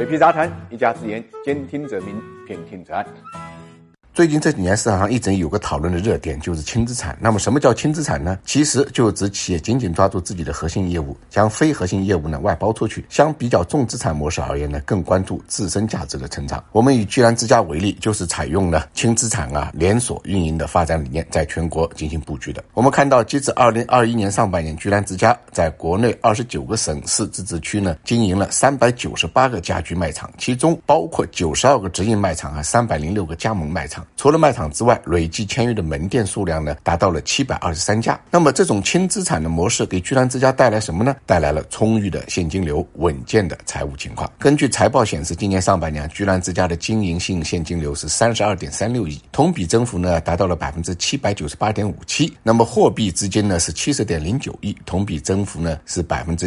水皮杂谈，一家之言，兼听则明，偏听则暗。 最近这几年市场上一直有个讨论的热点，就是轻资产。那么什么叫轻资产呢？其实就指企业紧紧抓住自己的核心业务，将非核心业务呢外包出去。相比较重资产模式而言呢，更关注自身价值的成长。我们以居然之家为例，就是采用了轻资产连锁运营的发展理念，在全国进行布局的。我们看到，截至2021年上半年，居然之家在国内29个省市自治区呢，经营了398个家居卖场，其中包括92个直营卖场和306个加盟卖场。除了卖场之外，累计签约的门店数量呢达到了723家。那么这种轻资产的模式给居然之家带来什么呢？带来了充裕的现金流，稳健的财务情况。根据财报显示，今年上半年居然之家的经营性现金流是32.36亿，同比增幅呢达到了 798.57%。那么货币资金呢是 70.09亿，同比增幅呢是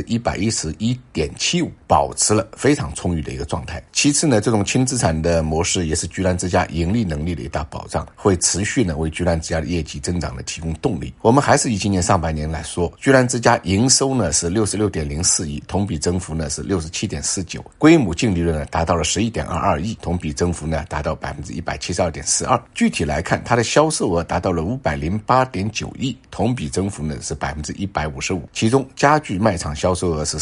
111.75%， 保持了非常充裕的一个状态。其次呢，这种轻资产的模式也是居然之家盈利能力的一大保障，会持续呢为居然之家的业绩增长的提供动力。我们还是以今年上半年来说，居然之家营收呢是 66.04亿，同比增幅呢是 67.49%， 规模净利润呢达到了 11.22亿，同比增幅呢达到 172.42%。 具体来看，它的销售额达到了 508.9亿，同比增幅呢是 155%， 其中家具卖场销售额是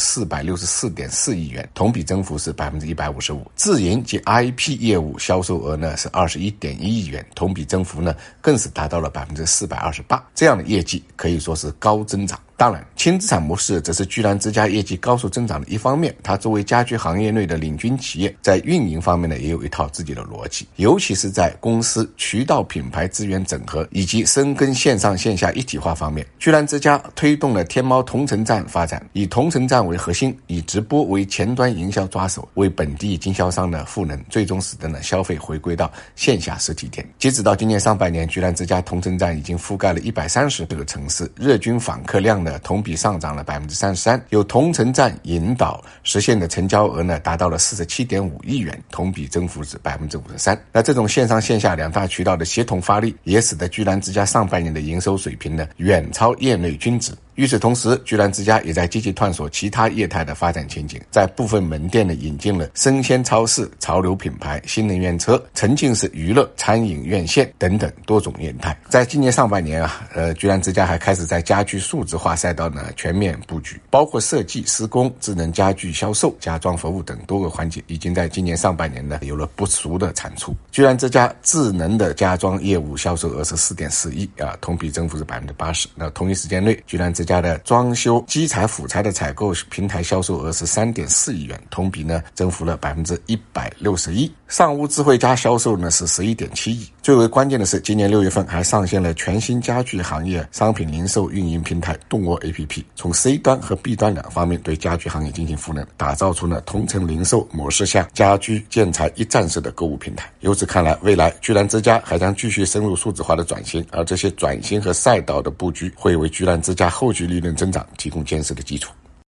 464.4亿元，同比增幅是 155%。 自营及 IP 业务销售额呢是 21.1亿元，同比增幅呢更是达到了 428%， 这样的业绩可以说是高增长。当然，轻资产模式只是居然之家业绩高速增长的一方面，它作为家居行业内的领军企业，在运营方面呢也有一套自己的逻辑，尤其是在公司渠道品牌资源整合以及深耕线上线下一体化方面。居然之家推动了天猫同城站发展，以同城站为核心，以直播为前端营销抓手，为本地经销商的赋能，最终使得呢消费回归到线下实体店。截止到今年上半年，居然之家同城站已经覆盖了130个城市，日均访客量呢同比上涨了 33%， 有同城站引导实现的成交额呢达到了 47.5亿元，同比增幅是 53%。 那这种线上线下两大渠道的协同发力，也使得居然之家上半年的营收水平呢远超业内均值。与此同时，居然之家也在积极探索其他业态的发展前景，在部分门店呢引进了生鲜超市、潮流品牌、新能源车、沉浸式娱乐、餐饮院线等等多种业态。在今年上半年居然之家还开始在家居数字化赛道呢全面布局，包括设计、施工、智能家居销售、家装服务等多个环节，已经在今年上半年呢有了不俗的产出。居然之家智能的家装业务销售额是 4.4亿同比增幅是 80%。 那同一时间内，居然之家的装修基材辅材的采购平台销售额是 3.4亿元，同比呢增幅了 161%。 上屋智慧家销售呢是 11.7亿。最为关键的是，今年6月份还上线了全新家具行业商品零售运营平台动窝 APP， 从 C 端和 B 端两方面对家居行业进行赋能，打造出了同城零售模式下家居建材一站式的购物平台。由此看来，未来居然之家还将继续深入数字化的转型，而这些转型和赛道的布局会为居然之家后续利润增长提供坚实的基础。